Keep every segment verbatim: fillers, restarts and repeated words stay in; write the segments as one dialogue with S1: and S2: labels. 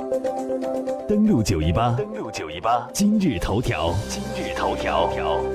S1: 登录九一八，登录九一八，今日头条，今日头条。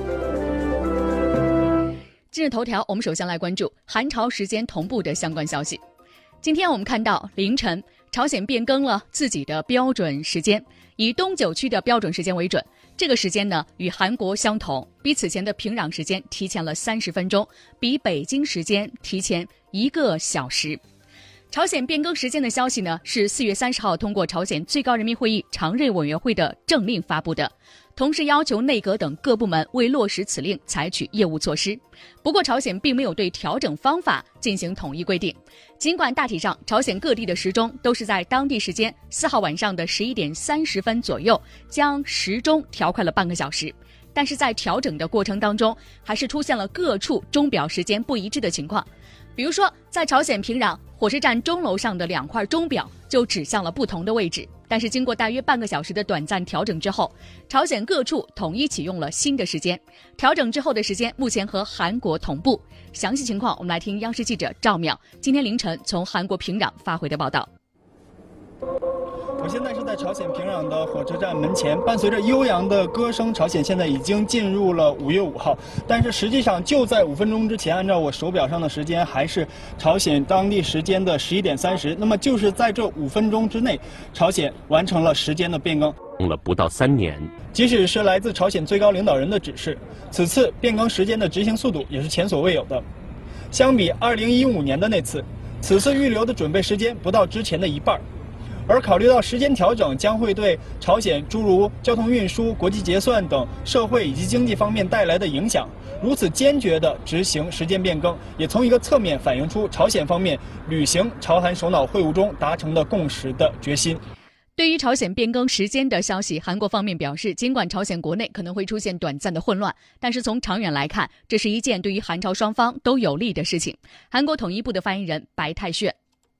S2: 今日头条，我们首先来关注韩朝时间同步的相关消息。今天我们看到凌晨，朝鲜变更了自己的标准时间，以东九区的标准时间为准。这个时间呢，与韩国相同，比此前的平壤时间提前了三十分钟，比北京时间提前一个小时。朝鲜变更时间的消息呢，是四月三十号通过朝鲜最高人民会议常任委员会的政令发布的，同时要求内阁等各部门为落实此令采取业务措施。不过，朝鲜并没有对调整方法进行统一规定。尽管大体上朝鲜各地的时钟都是在当地时间四号晚上的十一点三十分左右将时钟调快了半个小时，但是在调整的过程当中，还是出现了各处钟表时间不一致的情况。比如说，在朝鲜平壤火车站钟楼上的两块钟表就指向了不同的位置，但是经过大约半个小时的短暂调整之后，朝鲜各处统一启用了新的时间。调整之后的时间目前和韩国同步。详细情况我们来听央视记者赵淼今天凌晨从韩国平壤发回的报道。
S3: 我现在是在朝鲜平壤的火车站门前，伴随着悠扬的歌声，朝鲜现在已经进入了五月五号。但是实际上就在五分钟之前，按照我手表上的时间，还是朝鲜当地时间的十一点三十。那么就是在这五分钟之内，朝鲜完成了时间的变更，
S4: 用了不到三年。
S3: 即使是来自朝鲜最高领导人的指示，此次变更时间的执行速度也是前所未有的。相比二零一五年的那次，此次预留的准备时间不到之前的一半。而考虑到时间调整将会对朝鲜诸如交通运输、国际结算等社会以及经济方面带来的影响，如此坚决地执行时间变更，也从一个侧面反映出朝鲜方面履行朝韩首脑会晤中达成的共识的决心。
S2: 对于朝鲜变更时间的消息，韩国方面表示，尽管朝鲜国内可能会出现短暂的混乱，但是从长远来看，这是一件对于韩朝双方都有利的事情。韩国统一部的发言人白泰炫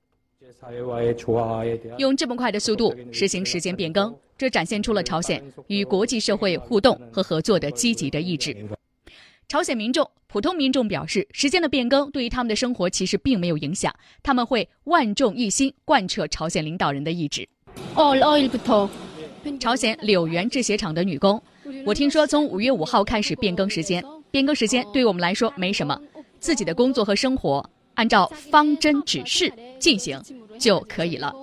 S2: 用这么快的速度实行时间变更，这展现出了朝鲜与国际社会互动和合作的积极的意志。朝鲜民众、普通民众表示，时间的变更对于他们的生活其实并没有影响，他们会万众一心贯彻朝鲜领导人的意志。朝鲜柳原制鞋厂的女工，我听说从五月五号开始变更时间，变更时间对于我们来说没什么，自己的工作和生活按照方针指示进行就可以了。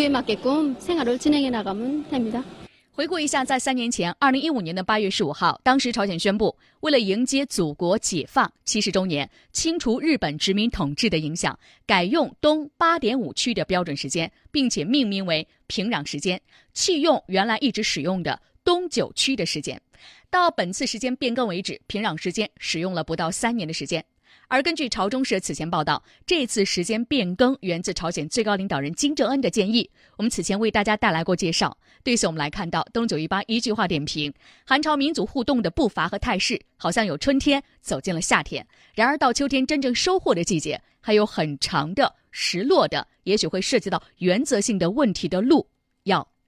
S2: 回顾一下，在三年前，二零一五年的八月十五号，当时朝鲜宣布，为了迎接祖国解放七十周年，清除日本殖民统治的影响，改用东八点五区的标准时间，并且命名为平壤时间，弃用原来一直使用的东九区的时间。到本次时间变更为止，平壤时间使用了不到三年的时间。而根据朝中社此前报道，这次时间变更源自朝鲜最高领导人金正恩的建议。我们此前为大家带来过介绍。对此我们来看到登九一八一句话点评，韩朝民族互动的步伐和态势好像有春天走进了夏天，然而到秋天真正收获的季节，还有很长的实落的，也许会涉及到原则性的问题的路要